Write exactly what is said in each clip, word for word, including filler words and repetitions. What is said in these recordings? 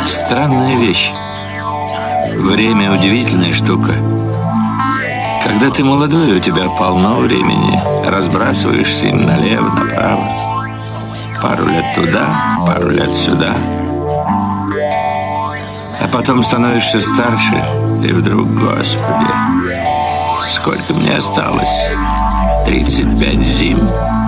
Странная вещь. Время — удивительная штука. Когда ты молодой, у тебя полно времени. Разбрасываешься им налево, направо. Пару лет туда, пару лет сюда. А потом становишься старше, и вдруг, Господи, сколько мне осталось? Тридцать пять зим.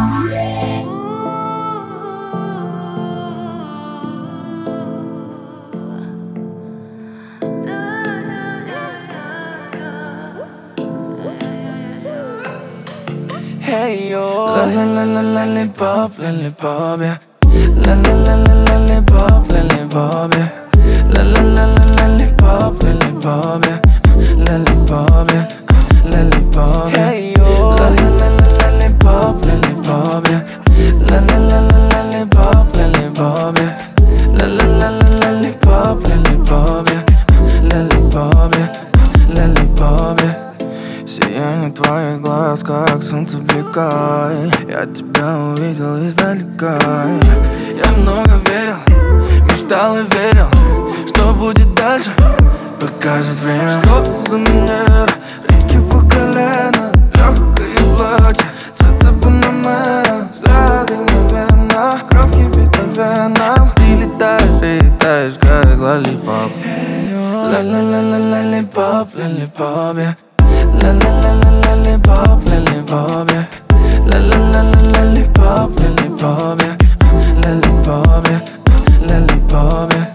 Hey yo, la la la la lollipop, lollipop, yeah. La la la la lollipop, lollipop, yeah. La la la la lollipop, lollipop, yeah. Lollipop, yeah. Lollipop, yeah. Hey yo, la la la la lollipop, lollipop, yeah. La la la la lollipop, lollipop, yeah. La la la la lollipop, lollipop, yeah. Lollipop, yeah. Lollipop, yeah. Сияние твоих глаз, как солнце блика. Я тебя увидел издалека. Я много верил, мечтал и верил, что будет дальше, покажет время. Что за манера, реки по колено, легкое платье, цвета панамера, взгляды мгновенно, кровь кипит по венам. Ты летаешь и летаешь, как лоллипоп. Ла-ла-ла-ла лоллипоп, лоллипоп, yeah. La la la la lollipop, lollipop, yeah. La la la la lollipop, lollipop, yeah. Lollipop, yeah. Lollipop, yeah.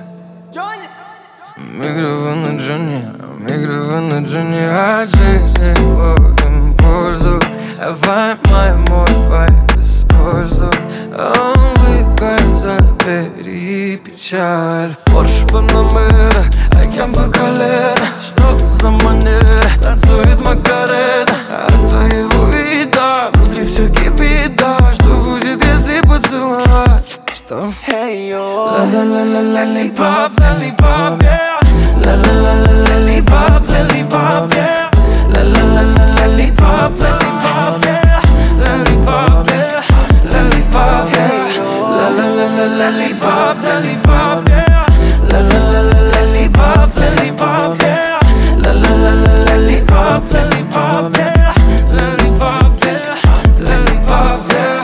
Мы игры на Джонни, мы игры на Джонни. От жизни ловим пользу, давай мой вайб используй. Улыбкой забери печаль. Порш Панамера, океан по колено. Что за манера, танцует Макарена. От твоего вида внутри все кипит, да. Что будет, если поцеловать? Что? Hey yo, la la la la lollipop, lollipop, yeah. La la la la lollipop, lollipop, yeah. La la la la lollipop, lollipop, yeah. Lollipop, yeah. Lollipop, yeah. La la la la lollipop, lollipop, yeah. La la la la lollipop, lollipop, yeah. La la la la lollipop, lollipop, yeah. Lollipop, yeah. Lollipop, yeah.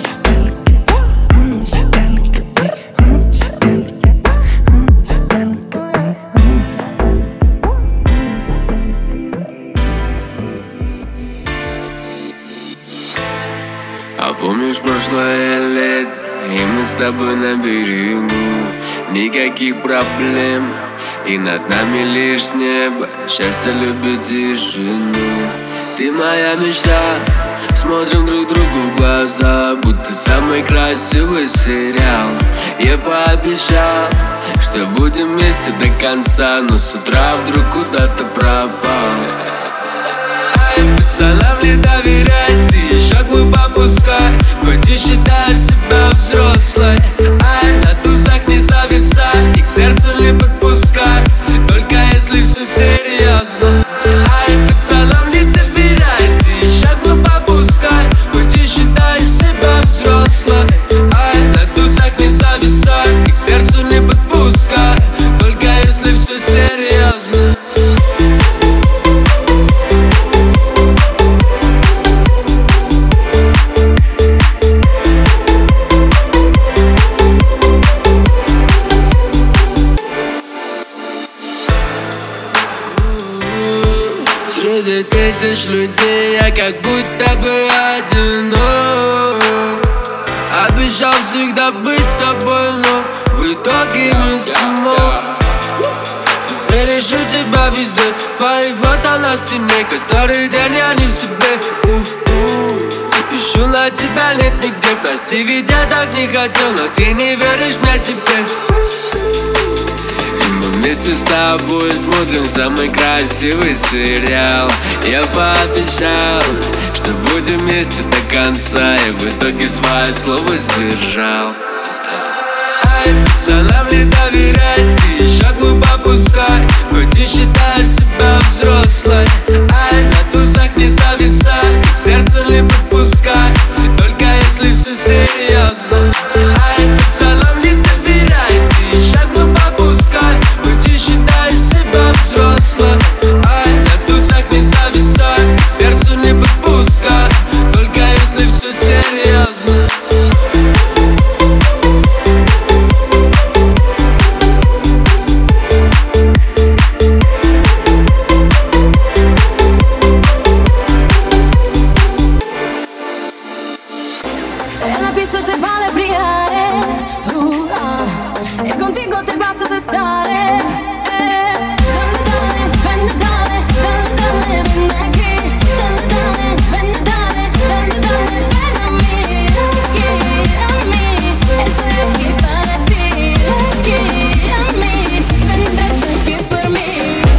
А помнишь прошлое лето, и мы с тобой на берегу, никаких проблем, и над нами лишь небо, счастье, любить тишину. Ты моя мечта, смотрим друг другу в глаза, будто самый красивый сериал. Я пообещал, что будем вместе до конца, но с утра вдруг куда-то пропал. Пацанам не доверять, ты еще глупо пускай, хоть и считаешь себя взрослой. Ай, на тусах не зависай, и к сердцу не подпускай, только если все серьезно. Ай, пацанам не доверять, ты еще глупо пускай, хоть и считаешь себя взрослой. Ай, на тусах не зависай, и к сердцу не подпускай, только если все серьезно. Среди тысяч людей я как будто бы одинок. Обещал всегда быть с тобой, но в итоге не смог. Перешу тебя везде, твои фото на стене, который день я не в себе. У-у. Пишу на тебя, нет нигде, прости, ведь я так не хотел, но ты не веришь мне теперь. Вместе с тобой смотрим самый красивый сериал. Я пообещал, что будем вместе до конца, и в итоге свое слово сдержал. Ай, пацанам не доверять, ты еще глупо пускай, хоть и считаешь себя взрослой. Ай, на тусах не зависай, к сердцу не подпускай, только если все серьезно. Ай, пацанам не доверять, ты еще глупо пускай, e contigo te basta stare. Eh, dalle, dalle, venne dalle, dalle, dalle, venne aquí. Dalle, dalle, venne dalle, dalle, dalle, ven a mí, aquí, a mí. Estoy aquí para ti, aquí, a mí. Vendrás aquí por mí.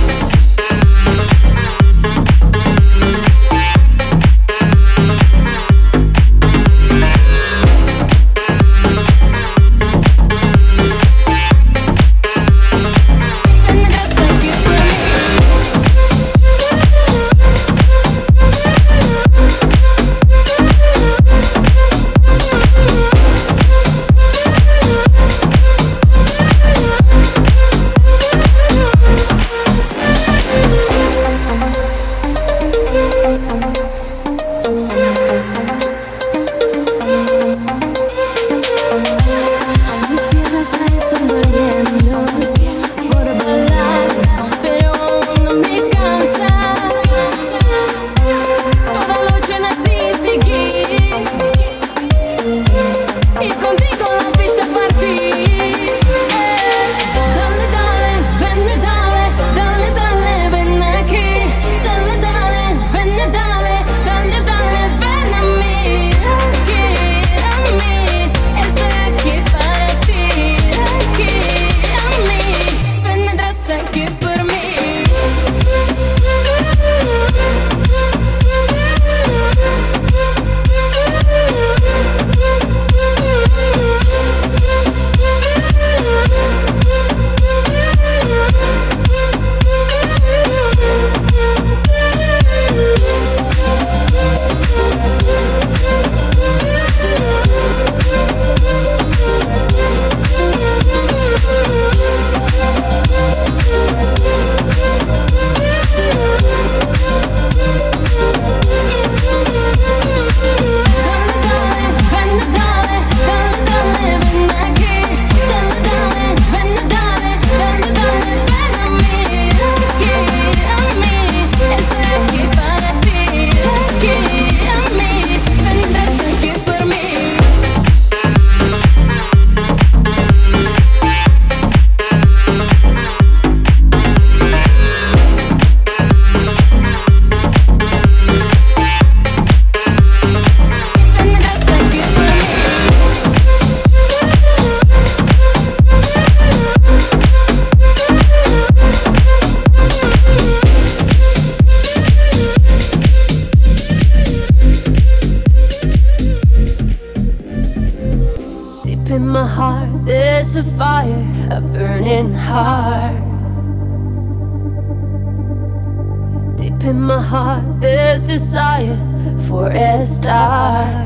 In my heart there's a fire, a burning heart. Deep in my heart there's desire for a start.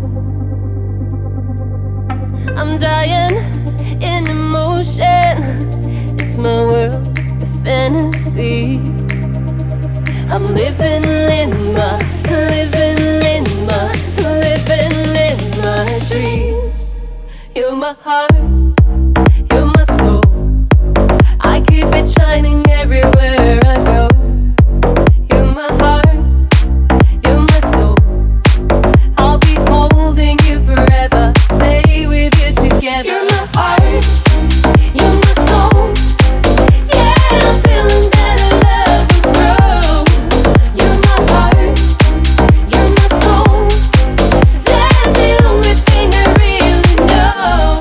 I'm dying in emotion. It's my world, a fantasy. I'm living in my, living in my, living in my dreams. You're my heart, you're my soul. I keep it shining everywhere I go. You're my heart, you're my soul. I'll be holding you forever, stay with you together. You're my heart, you're my soul. Yeah, I'm feeling that our love will grow. You're my heart, you're my soul. That's the only thing I really know.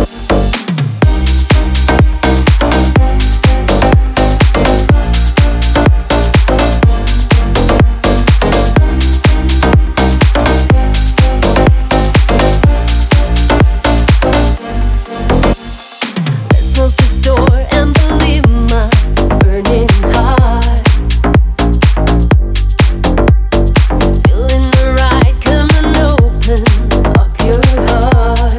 Let's close the door and believe my burning heart. Feeling the right, come and open up your heart.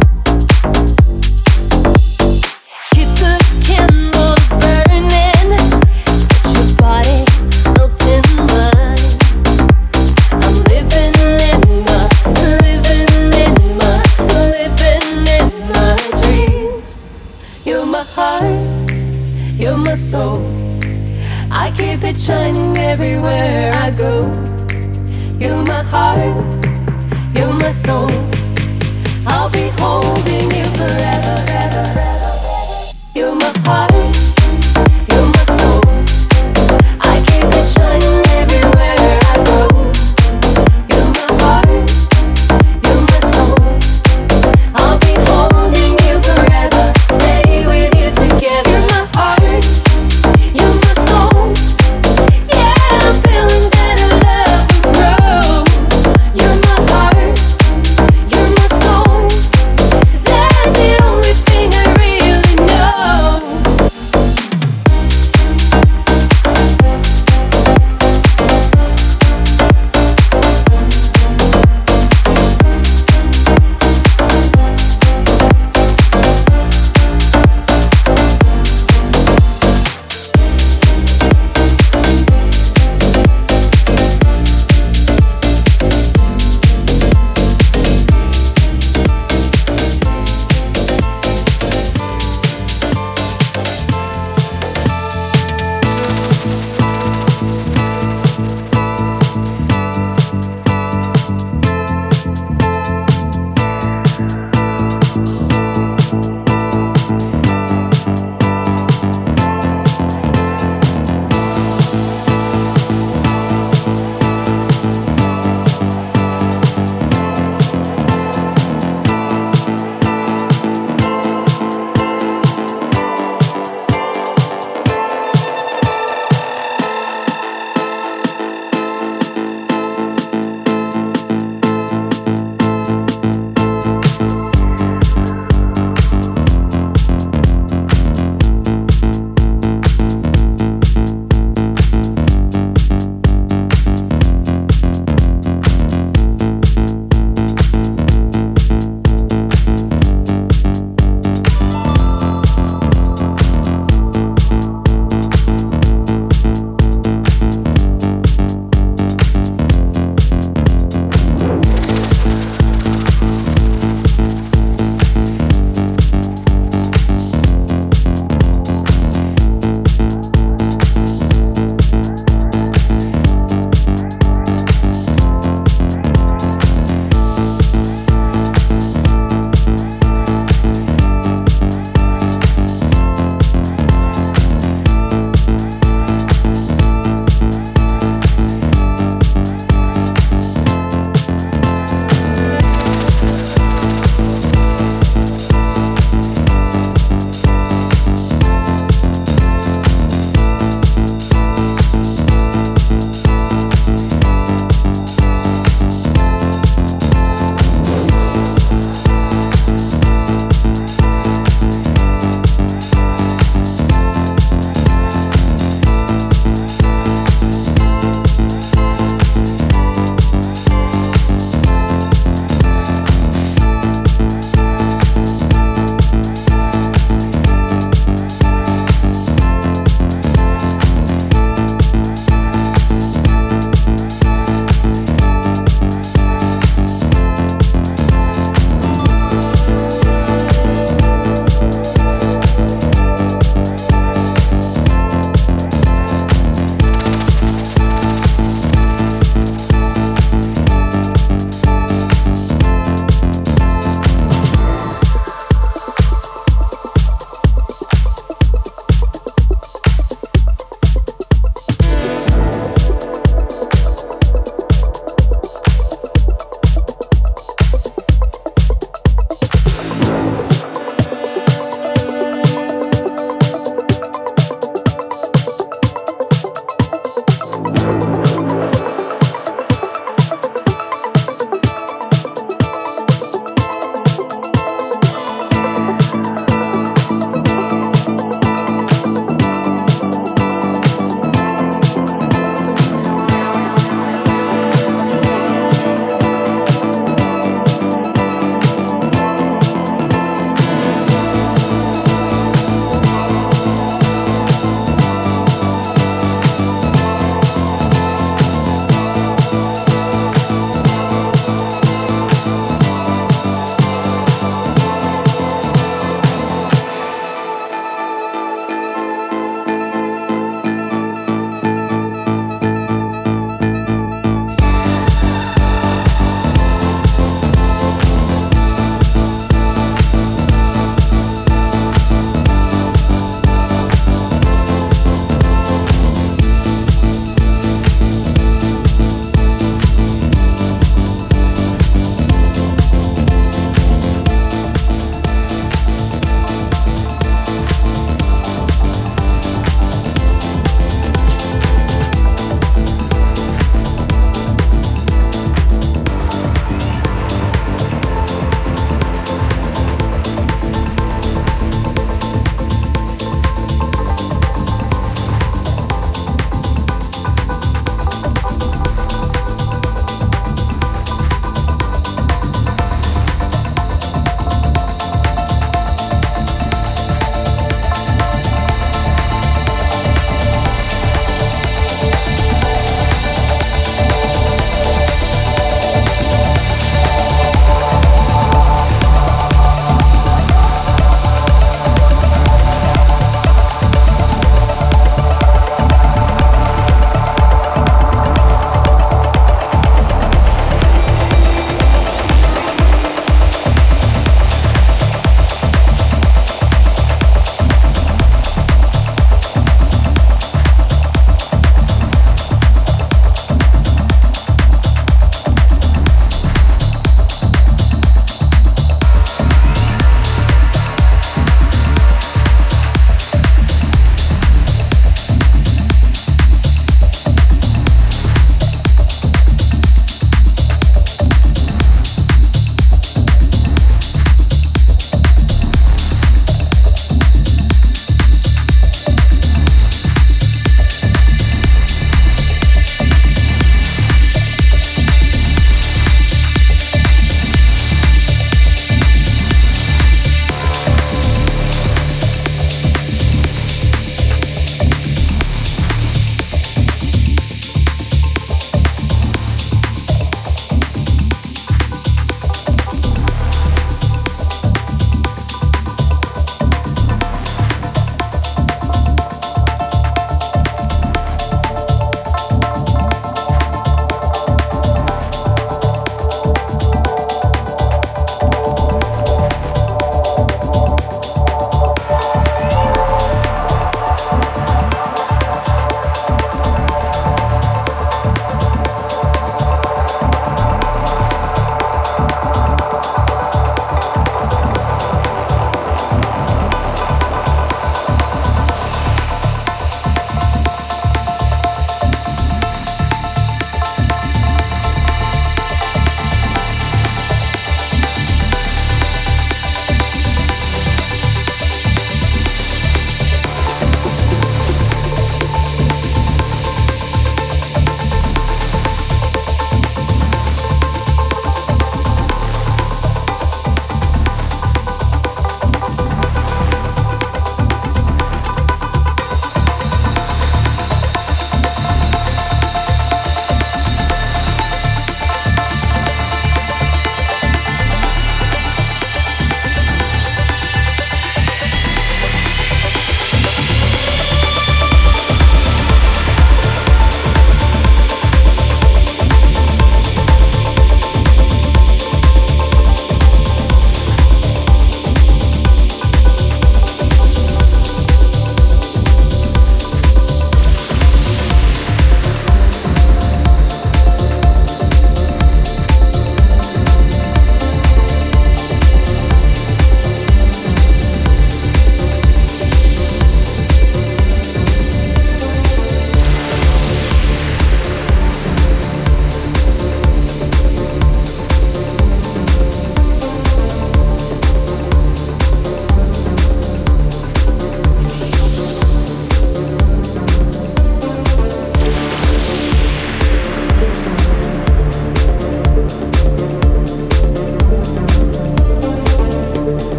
Keep the candles burning, let your body melt in mine. I'm living in my, living in my, living in my dreams. You're my heart, you're my soul. I keep it shining everywhere I go. You're my heart, you're my soul. I'll be holding you forever, forever, forever.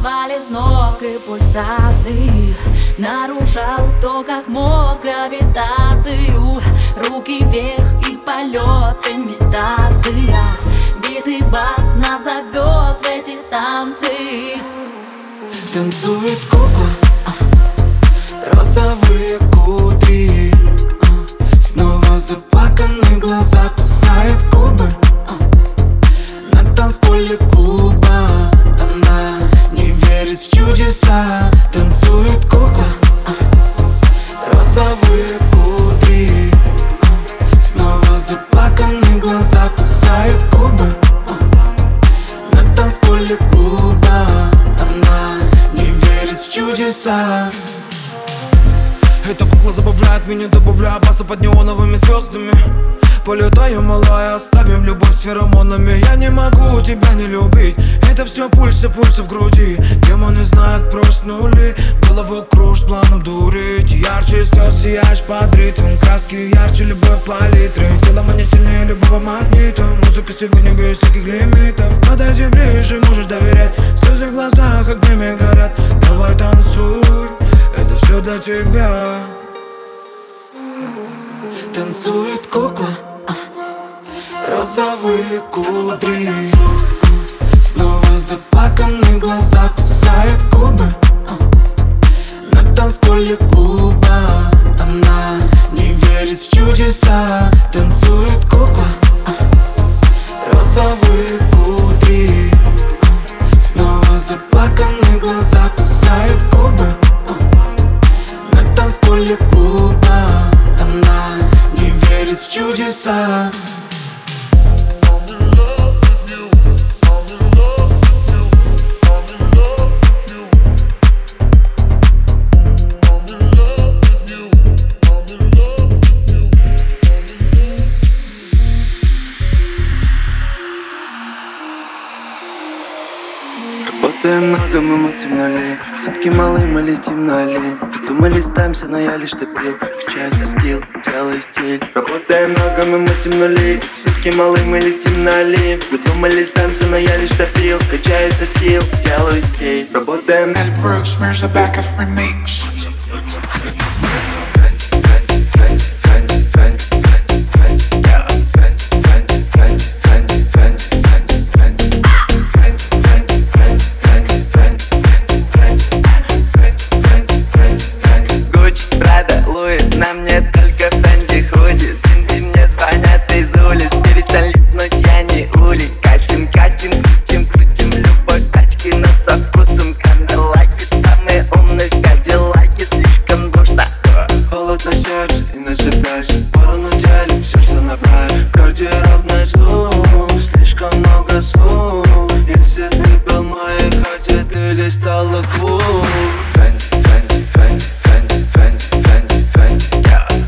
сбивали с ног и пульсации. Нарушал кто как мог гравитацию. Руки вверх и полет, имитация. Битый бас нас зовет в эти танцы. Танцует кукла, розовые кудри, снова заплаканные глаза, кусает губы. На танцполе клуба она не верит в чудеса. Танцует кукла, розовые кудри, снова заплаканные глаза, кусает губы. На танцполе клуба она не верит в чудеса. Эта кукла забавляет меня, добавляя баса под неоновыми звездами. Полетай, малая, оставим любовь с феромонами. Я не могу тебя не любить. Это все пульсы, пульсы в груди. Демоны знают просто нули. Голову кружит планом дурить. Ярче звезд сияешь под ритм. Краски ярче любой палитры. Тело манит сильнее любого магнита. Музыка сегодня без всяких лимитов. Подойди ближе, можешь доверять. Слезы в глазах огнями горят. Давай танцуй, это все для тебя. Танцует кукла, розовые кудри, снова заплаканные глаза, кусает губы. На танцполе клуба она не верит в чудеса. Танцует кукла, розовые кудри, снова заплаканные глаза, кусает губы. На танцполе клуба она не верит в чудеса. Работаем много, мы мутим нули. Сутки малые, мы летим на олень. Вы думали, ставимся, но я лишь топил. Качаюсь за скилл, делаю стиль. Работаем много, мы мутим нули. Сутки малые, мы летим на олень. Вы думали, ставимся, но я лишь топил. Качаюсь за скилл, делаю стиль. Работаем. Mel Brooks mirrors the back of my mix. На мне только Фэнди ходит. Инди мне звонят из улиц. Перестань липнуть, я не улей. Катим, катим, крутим, крутим. Любовь тачки, но со вкусом кандалаки. Самые умные кадиллаки. Слишком душно. Холод на сердце и на запястье. Полно делим все, что набрали. Гардеробный зум. Слишком много сум. Если ты был моей хотя ты листала клуб. Фэнди, Фэнди, Фэнди, Фэнди, Фэнди, Фэнди, Фэнди.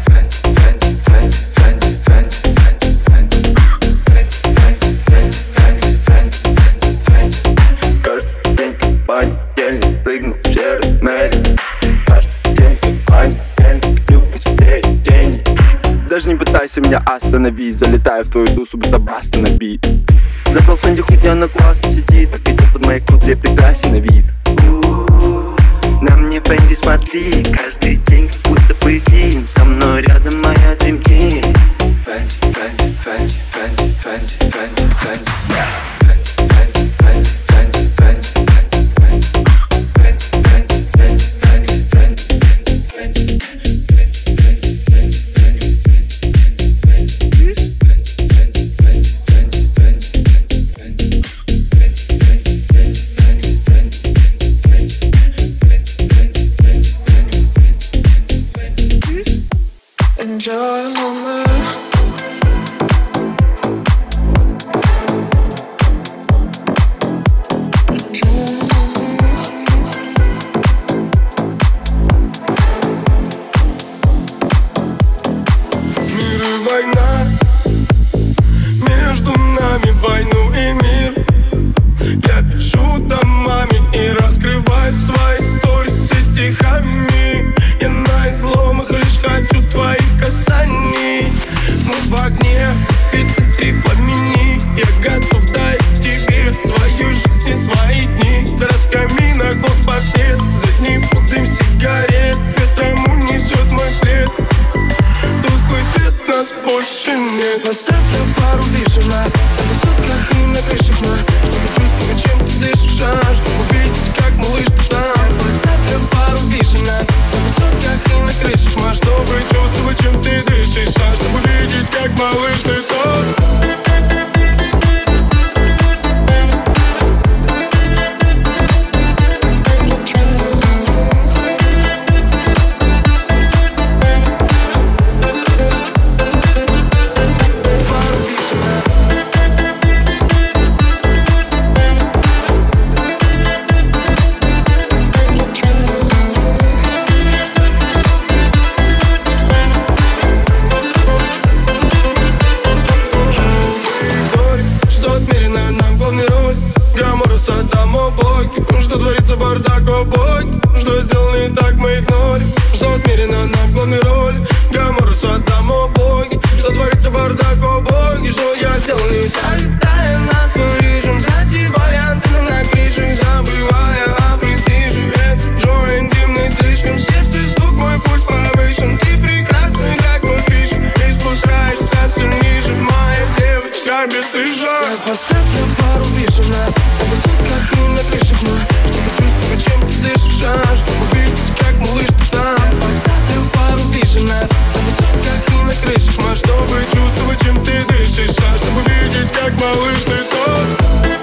Понедельник прыгнул в серый мерин. Каждый день как понедельник, любит стереть деньги. Даже не пытайся меня остановить. Залетаю в твою душу, будто баста на бит. Забрал Фэнди, хуйня на классе сидит. Так идет под моей кудре, прекрасен на вид. У-у-у. На мне Фэнди смотри. Каждый день как будто бы фильм. Со мной рядом моя Dream Team. Фэнди, Фэнди, Фэнди, Фэнди, Фэнди, Фэнди, Фэнди. Фэнди, Фэнди, Фэнди, Фэнди, Фэнди. Enjoy a moment. Мир и война. Между нами войну и мир. Я пишу домами и раскрываю свои сторис со стихами. Я на изломах лишь хочу твоих касаний. мне. Поставлю пару вишенок на высотках и на крышах, на чтобы чувствовать, чем ты дышишь, а чтобы видеть, как малыш ты там. Поставлю пару вишенок на высотках и на крышах, на чтобы чувствовать, чем ты дышишь, а чтобы видеть, как малыш ты там. Там, о боги, ну что творится бардак, о боги, что сделал не так, мы игнорим, что отмерено нам главной роли. Гамора, Саддам, о боги, что творится бардак, о боги, что я сделал не так. Летая над Парижем, задевая антенны на крыше, забывая о престиже. Этот джой интимный слишком, сердце стук, мой пульс повышен. Ты прекрасный, как мой фиш, и спускаешься все ниже, моя девочка бесстыжа. Я поставлю пару вишенок на высотках и на крышах, на чтобы чувствовать, чем ты дышишь, а чтобы видеть, как малыш ты там. Поставлю пару вишенок на высотках и на крышах, на чтобы чувствовать, чем ты дышишь, а чтобы видеть, как малыш ты там.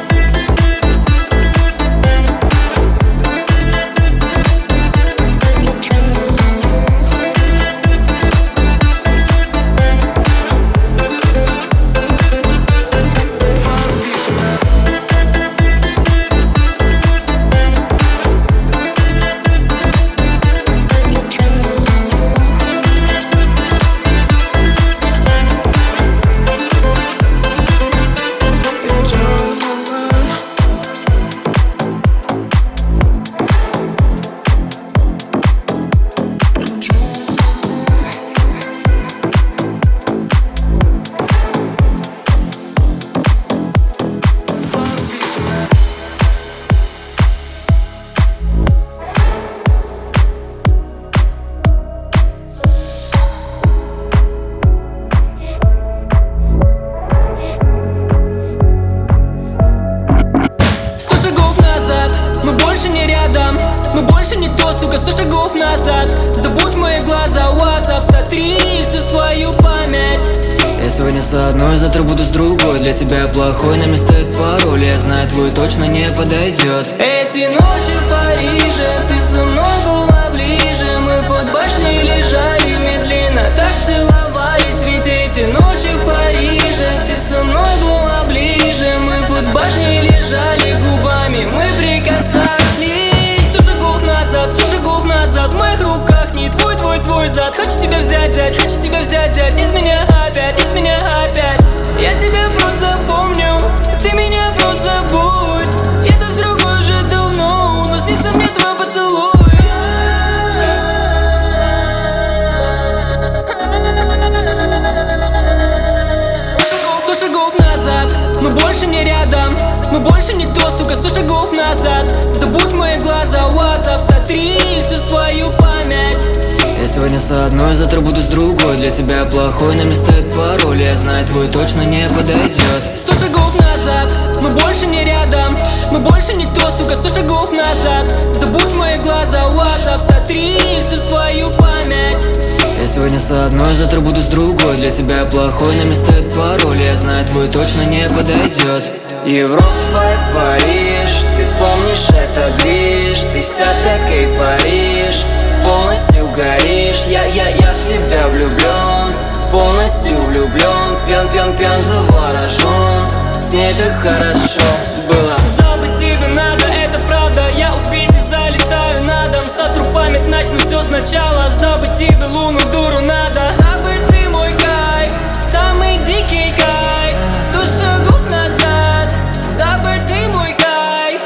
Завтра буду с другой, для тебя плохой, на место стоит пароль, я знаю, твой точно не подойдет. Эти ночи в Париже, ты со мной была ближе, мы под башней лежали, медленно так целовались. Ведь эти ночи в Париже, ты со мной была ближе, мы под башней лежали, губами мы прикасались. Сто шагов назад, сто шагов назад, в моих руках не твой, твой, твой зад. Хочу тебя взять, взять, хочу тебя взять, взять из меня опять, из меня опять. Я тебя просто помню, ты меня просто забудь. Я тут с другой же давно, но снится мне твой поцелуй. Сто шагов назад, мы больше не рядом, мы больше не то, сука, сто шагов назад. Забудь мои глаза, WhatsApp, сотри всю свою память. Я сегодня с одной, завтра буду с другой, для тебя плохой, на место стоит пароль, я знаю, твой точно не подойдет. Сто шагов назад, мы больше не рядом, мы больше не то, сука, сто шагов назад. Забудь мои глаза, WhatsApp, сотри всю свою память. Я сегодня с одной, завтра буду с другой, для тебя плохой, на место стоит пароль, я знаю, твой точно не подойдет. Европа и Париж, ты помнишь это движ, ты вся так эйфоришь, полностью горишь, я, я, я в тебя влюблен, полностью влюблен, пьян, пьян, пьян, заворожен, с ней так хорошо было. Забыть тебе надо, это правда, я убить и залетаю на дом, сотру память, начну все сначала, забыть тебе луну, дуру надо. Забыть ты мой кайф, самый дикий кайф, сто шагов назад, забыть ты мой кайф.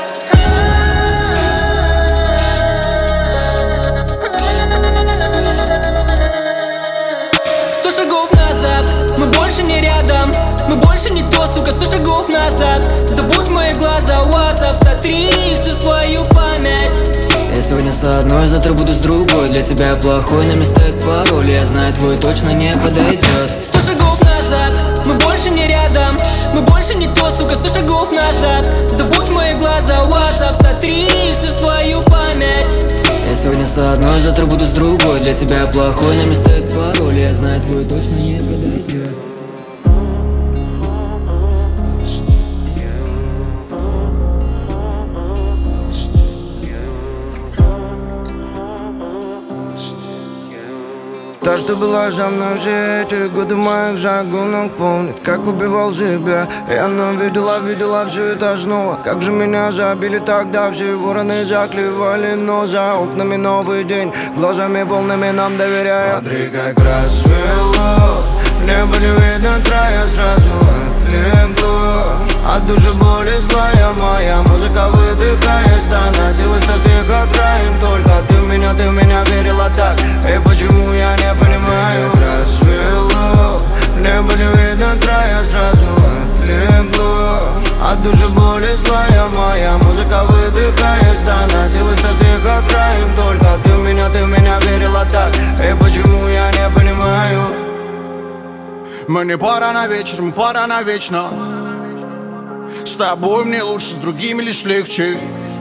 Сто шагов назад, мы больше не рядом, мы больше не то, сука, сто шагов назад. Забудь мои глаза, WhatsApp, сотри всю свою память. Я сегодня с одной, завтра буду с другой, для тебя плохой, на место стоит пароль, я знаю, твой точно не подойдет. Сто шагов назад. Мы больше никто, сука, сто шагов назад. Забудь мои глаза, WhatsApp, сотри всю свою память. Я сегодня с одной, завтра буду с другой. Для тебя плохой, на место стоит пароль. Я знаю, твой точно не подойдет. То, что было со мной все эти годы моих загонок, помнит, как убивал себя. И она видела, видела все это снова. Как же меня забили тогда, все вороны заклевали. Но за окнами новый день, глазами полными нам доверяя. Смотри, как рассвело, небо не видно края, сразу отлегло. От души боли злая моя музыка выдыхает, доносилась до всех окраин. Только ты в меня, ты в меня верила так. И почему я не понимаю? Рассвело, небо не видно края, сразу отлегло. От души боли злая моя музыка выдыхает, доносилась до всех окраин. Только ты в меня, ты в меня верила так. И почему я не понимаю? Мы не пара на вечер, мы пара навечно. С тобой мне лучше, с другими лишь легче.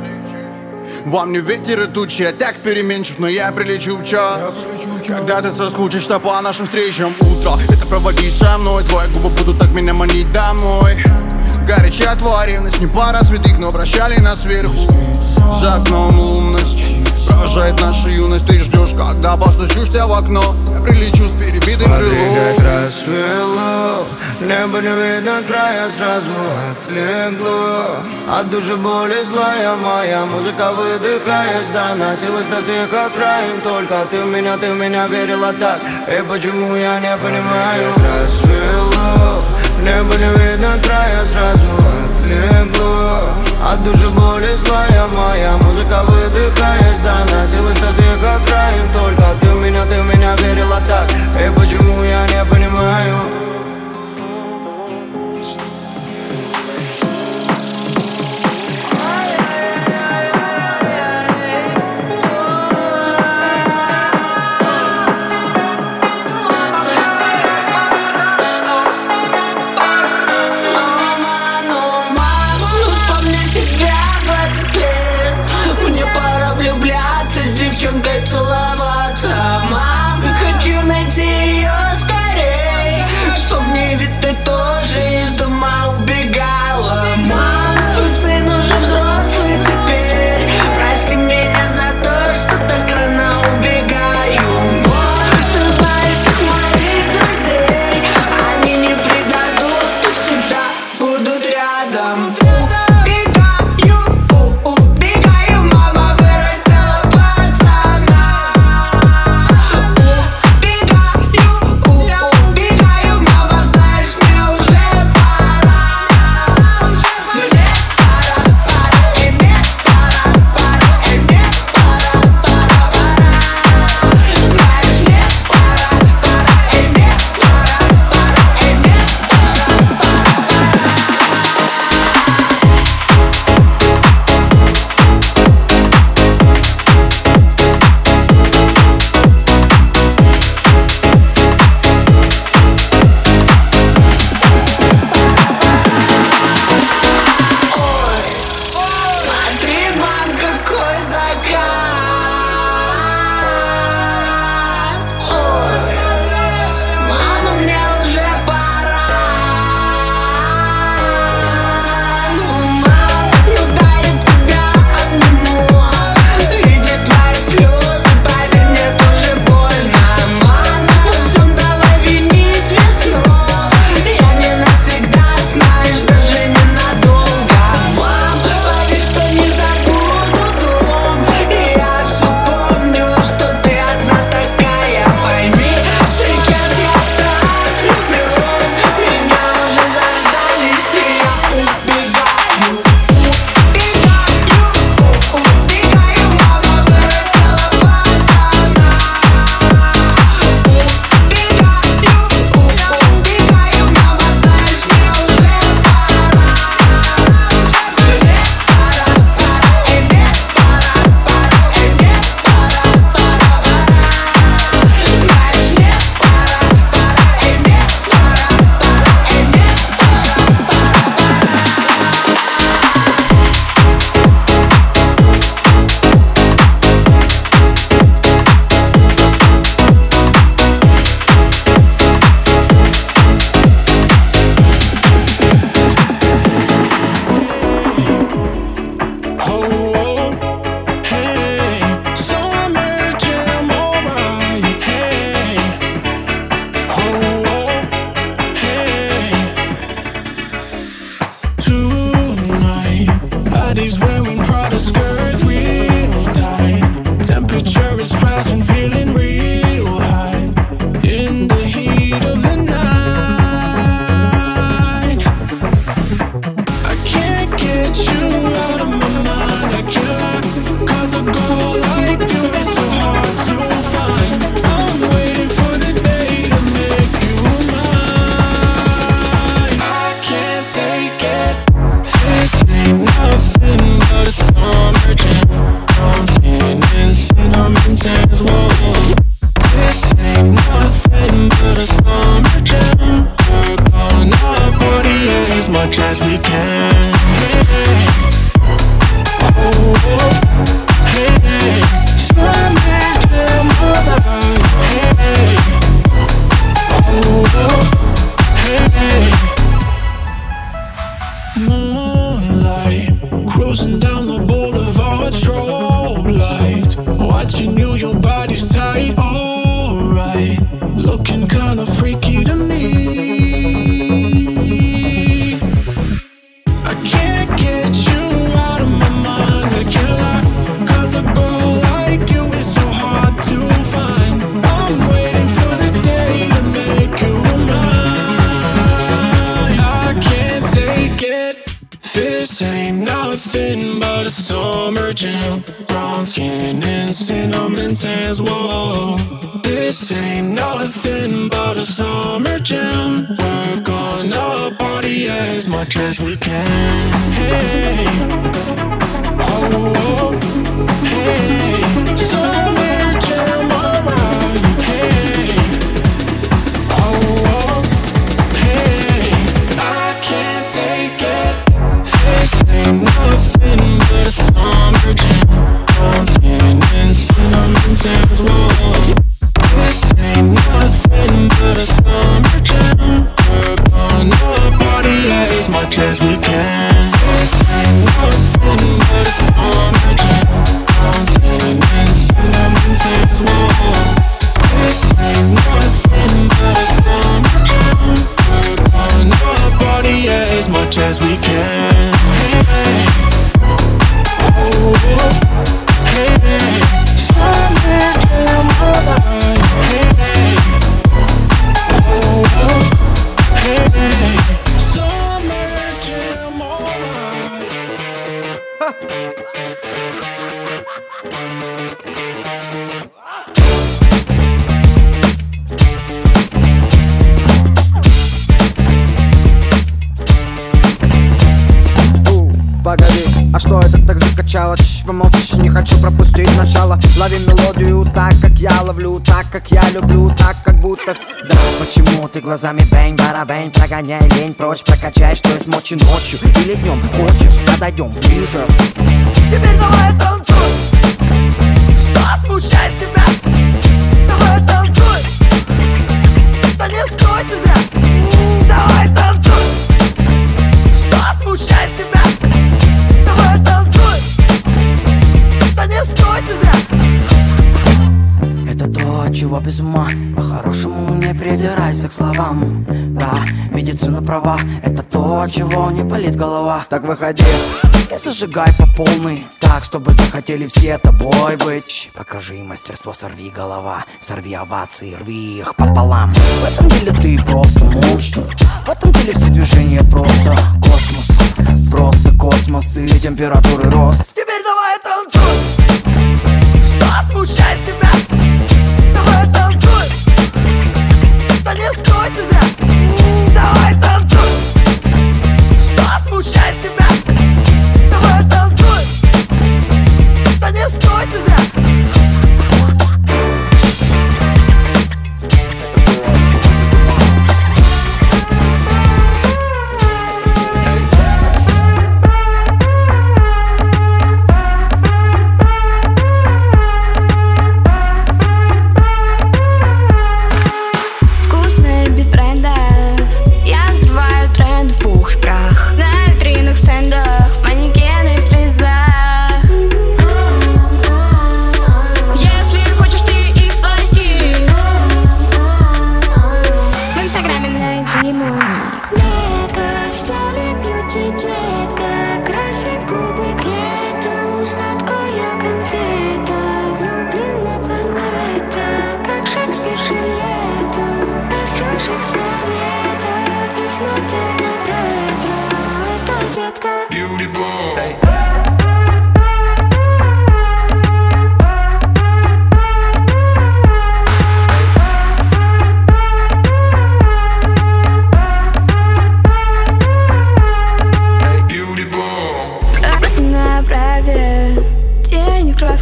Во мне ветер и тучи, я так переменчив, но я прилечу в час. Когда ты соскучишься по нашим встречам утро, это проводи со мной. Твои губы будут так меня манить домой. Горячая твоя ревность, не пара святых, но прощали нас сверху. За окном лунность провожает нашу юность. Ты ждешь, когда постучишься в окно. Я прилечу с перебитым крылом. Смотри, как рассвело, небо не видно края, сразу отлегло. От души боли злая моя музыка выдыхает, доносилась до всех окраин. Только ты в меня, ты в меня верила так. И почему я не понимаю? Рассвело, небо не видно края, сразу отлегло. От души боли злая моя музыка выдыхает, доносилась до всех окраин. Только ты в меня, ты в меня верила так. И почему я не понимаю? Мне Cause a girl like you is so hard to find. I'm waiting for the day to make you mine. I can't take it. This ain't nothing but a summer jam. Brown skin and cinnamon tans, whoa. This ain't nothing but a summer jam. We're gonna party as much as we can. Hey. Oh, oh, hey. Summer jam, alright. Hey. Oh, oh, hey. Moonlight, cruising down the boulevard, strobe lights. Watching you, your body's tight, alright. Looking kinda freaky to me. I can't get you out of my mind, I can't lie. Cause a girl like you is so hard to find. I'm waiting for the day to make you mine. I can't take it. This ain't nothing but a summer jam. Brown skin and cinnamon tans, whoa. This ain't nothing but a summer jam. We're gonna party as much as we can. Hey, oh, oh, hey, summer jam, alright. Hey, oh, oh, hey, I can't take it. This ain't nothing but a summer jam. Brown skin and cinnamon tans, whoa. This ain't nothing but a summer jam. We're gonna party as much as we can. This ain't nothing but a summer jam. Brown skin and cinnamon tans, whoa. This ain't nothing but a summer jam. We're gonna party as much as we can. Hey, oh, hey, summer jam, alright. Hey, oh, hey, summer jam, alright. Погоди, а что это так закачало? Чш, помолчи, не хочу пропустить начало. Лови мелодию так, как я ловлю, так, как я люблю, так, как будто... Да, почему ты глазами бэнь, барабэнь? Прогоняй лень, прочь, прокачай, что есть мочи ночью или днем. Хочешь, подойдем ближе. Теперь давай танцуй. Что смущает тебя? Давай танцуй. Да не стой ты зря. М-м, давай танцуй. Что смущает тебя? Давай танцуй. Да не стой ты зря. Это то, от чего без ума. По-хорошему не придирайся к словам. Да, медицина права. Это то, от чего не болит голова. Так выходи и зажигай по полной. Так, чтобы захотели все тобой быть. Покажи мастерство, сорви голова. Сорви овации, рви их пополам. В этом деле ты просто монстр. В этом деле все движения просто космос. Просто космос и температуры рост. Теперь давай танцуй. Что смущает тебя? Давай танцуй. Да не стой ты зря. М-м, давай танцуй. Что смущает тебя? Давай танцуй. Да не стой ты зря.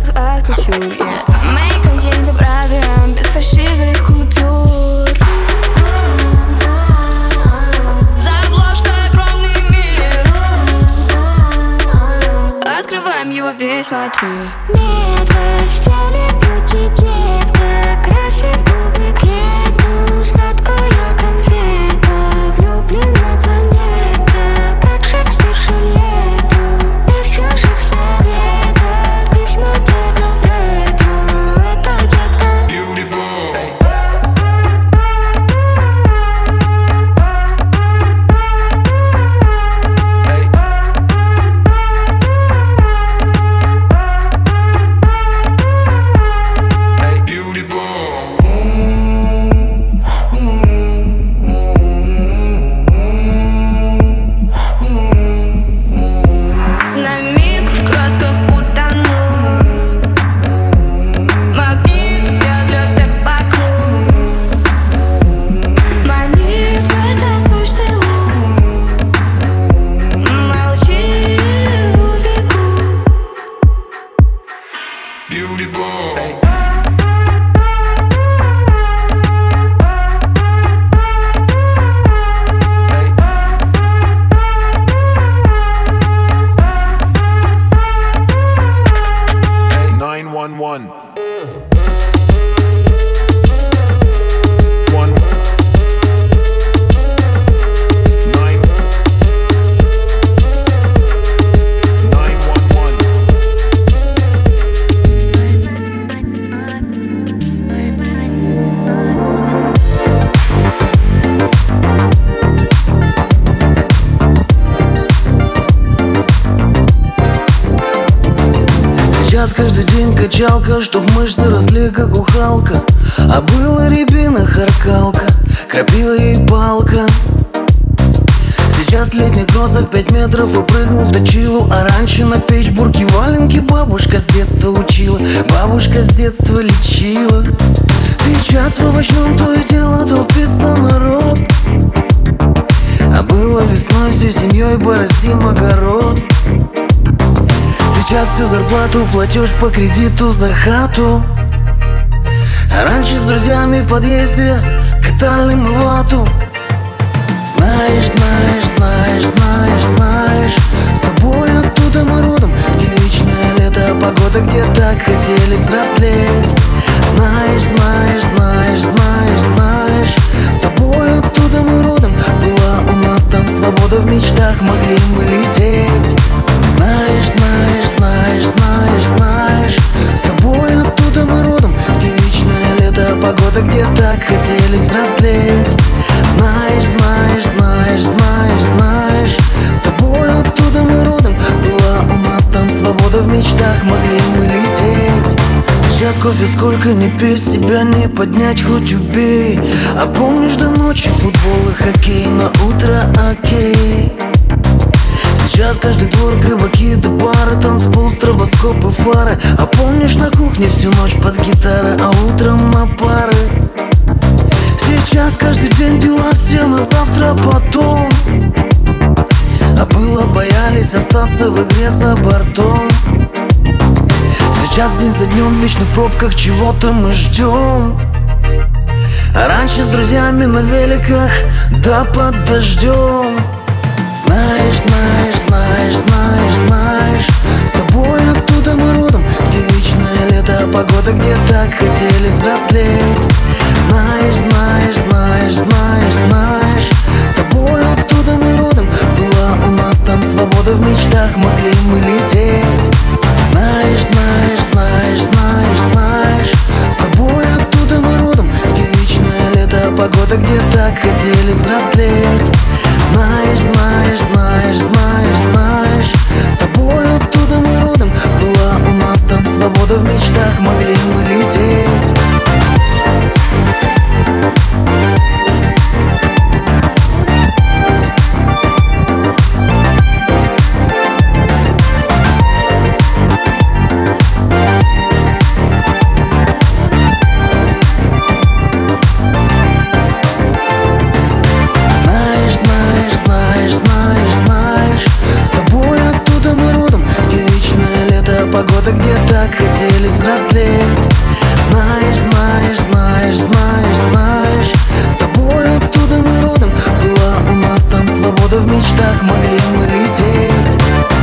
haute couture, yeah. Мейком день поправим, без фальшивых купюр. За обложкой огромный мир, открываем его весь, смотрю. Метро, стены, пути, детка, красит губы к лету, сладкая конфета, влюблена планета, как Шекспир Джульетту, без чужих советов, письма термометру, это детка. Сейчас каждый день качалка, чтоб мышцы росли, как у Халка. А была рябина, харкалка, крапива и палка. Сейчас в летних кроссах пять метров и прыгнул в точилу. А раньше на печь бурки валенки бабушка с детства учила, бабушка с детства лечила. Сейчас в овощном то и дело толпится народ. А было весной всей семьей порастим огород. Сейчас всю зарплату платеж по кредиту за хату. А раньше с друзьями в подъезде катали мы вату. Знаешь, знаешь, знаешь, знаешь, знаешь, с тобой оттуда мы родом, где вечное лето, погода, где так хотели взрослеть. Знаешь, знаешь, знаешь, знаешь, знаешь, с тобой оттуда мы родом, была у нас там свобода, в мечтах могли мы лететь. Знаешь, знаешь, знаешь, знаешь, знаешь, с тобой оттуда мы родом, где вечное лето, погода, где так хотели взрослеть. Знаешь, знаешь, знаешь, знаешь, знаешь, с тобой оттуда мы родом, была у нас там свобода, в мечтах могли мы лететь. Сейчас кофе сколько не пей, себя не поднять, хоть убей. А помнишь до ночи футбол и хоккей, на утро окей. Сейчас каждый двор, кабаки до бара, танцпол, стробоскопы, фары. А помнишь на кухне всю ночь под гитары, а утром на пары. Сейчас каждый день дела все на завтра, потом. А было боялись остаться в игре за бортом. Сейчас день за днем в вечных пробках чего-то мы ждем. А раньше с друзьями на великах, да под дождем. Знаешь, знаешь, знаешь, знаешь, знаешь, с тобой оттуда мы родом, где вечное лето, погода, где так хотели взрослеть. Знаешь, знаешь, знаешь, знаешь, знаешь, с тобой оттуда мы родом, была у нас там свобода, в мечтах могли мы лететь. Знаешь, знаешь, знаешь, знаешь, знаешь, с тобой оттуда мы родом, где вечное лето, погода, где так хотели взрослеть. Знаешь, знаешь, знаешь, знаешь, знаешь, с тобой оттуда мы родом, была у нас там свобода, в мечтах могли мы лететь. Погода, где так хотели взрослеть. Знаешь, знаешь, знаешь, знаешь, знаешь, с тобой оттуда мы родом. Была у нас там свобода в мечтах, могли мы лететь.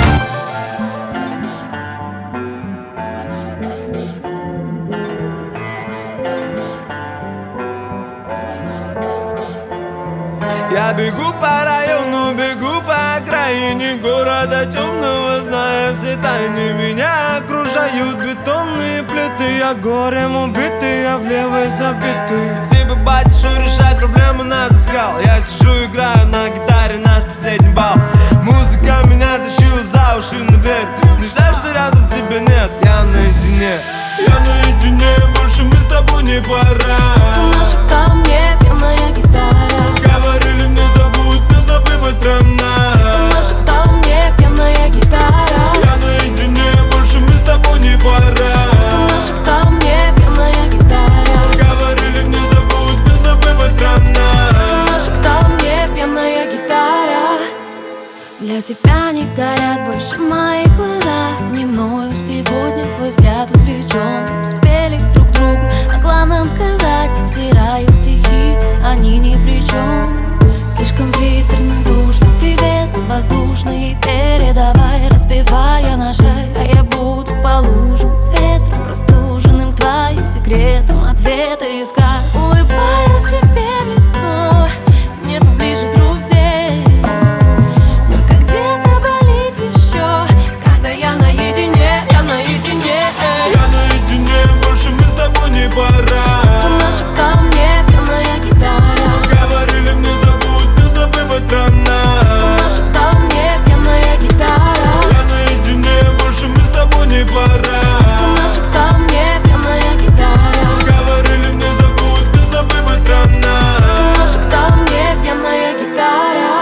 Я бегу по району, бегу по окраине города темного, зная все тайны. Меня окружают бетонные плиты, я горем убитый, я в левой забитый. Спасибо, батюшу, решать проблемы надо скал. Я сижу, играю на гитаре наш последний бал. Музыка меня тащила за уши наверх. Не жаль, что рядом тебя нет, я наедине. Я наедине, больше мы с тобой не пора. Ты нашептал мне пьяная гитара. Говорили мне забудь, не забывать рано. Ты нашептал мне пьяная гитара. Я наедине, больше мы с тобой не пора. Ты нашептал мне пьяная гитара. Говорили мне забудь, не забывать рано. Ты нашептал мне пьяная гитара. Для тебя не горят больше мои глаза. Не мною сегодня твой взгляд увлечен. Успели друг другу о главном сказать. Стираю стихи, они ни при чем. Слишком приторно, душно, привет воздушный. Передавай, распевая наш рай. А я буду по лужам с ветром простуженным, твоим секретом ответа искать. Улыбаюсь тебе в лицо, нету ближе друзей. Только где-то болит еще, когда я наедине, я наедине. Я наедине, больше мы с тобой не пора. Ты нашептал мне пьяная гитара. Говорили мне забудь, не забывать рано. Ты нашептал мне пьяная гитара. Я наедине, больше мы с тобой не пора. Ты нашептал мне пьяная гитара. Говорили мне забудь, не забывать рано. Ты нашептал мне пьяная гитара.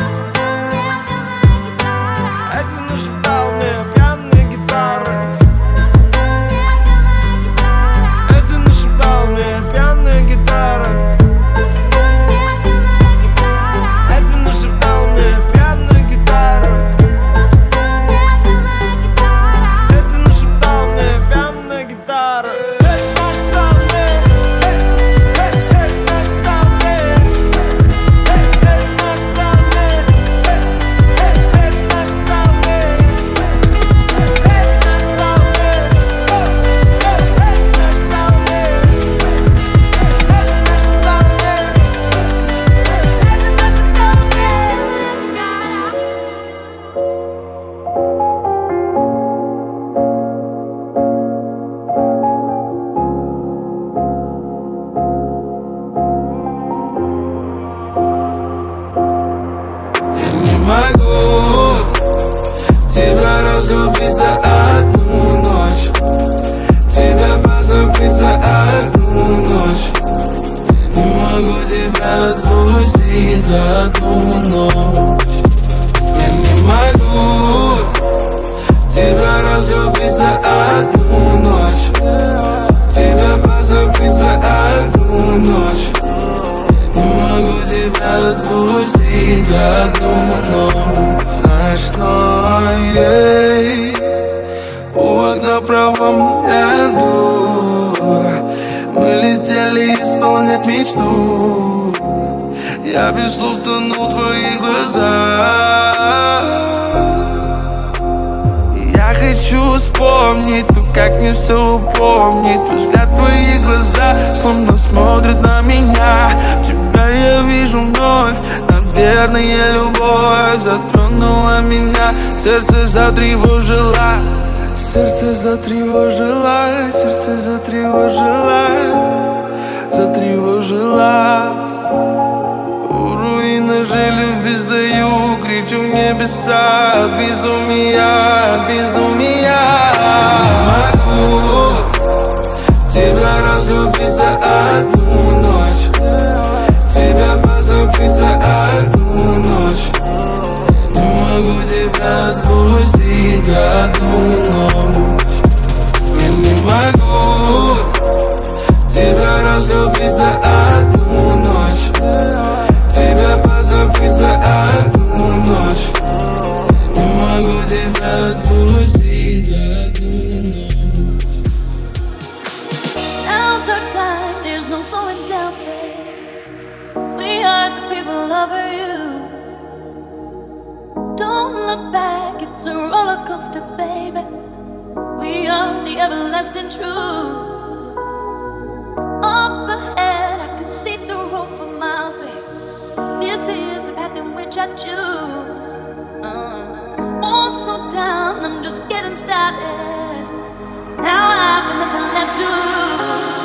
Это нашептал мне пьяная гитара. Это нашептал мне пьяная гитара. Это нашептал мне пьяная гитара. Это нашептал мне пьяная гитара. Не могу тебя разлюбить за одну ночь, тебя позабыть за одну ночь. Не могу тебя отпустить за одну ночь. Я не могу тебя разлюбить за одну ночь, тебя позабыть за одну ночь. Не могу тебя отпустить за одну ночь. Знаешь, что есть у окна в правом ряду. Мы летели исполнять мечту. Я без слов тону в твоих глазах. Я хочу вспомнить то, как мне все упомнить. Взгляд в твои глаза словно смотрят на меня. Тебя я вижу вновь. Наверное, любовь затронула меня. Сердце затревожило. Сердце затревожило. Сердце затревожило. Затревожило. У руины же любви сдаю. Кричу в небеса от безумия, от безумия. Не могу тебя разлюбить за одну ночь, тебя позабыть за одну ночь. Не могу тебя отпустить за одну ночь. Я не могу тебя разлюбить за одну ночь, тебя позабыть за одну ночь. Не могу тебя отпустить за одну ночь. Don't look back, it's a roller coaster, baby. We are the everlasting truth. Up ahead, I can see the road for miles, baby. This is the path in which I choose. Uh, on so down, I'm just getting started. Now I've got nothing left to lose.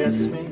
gets me.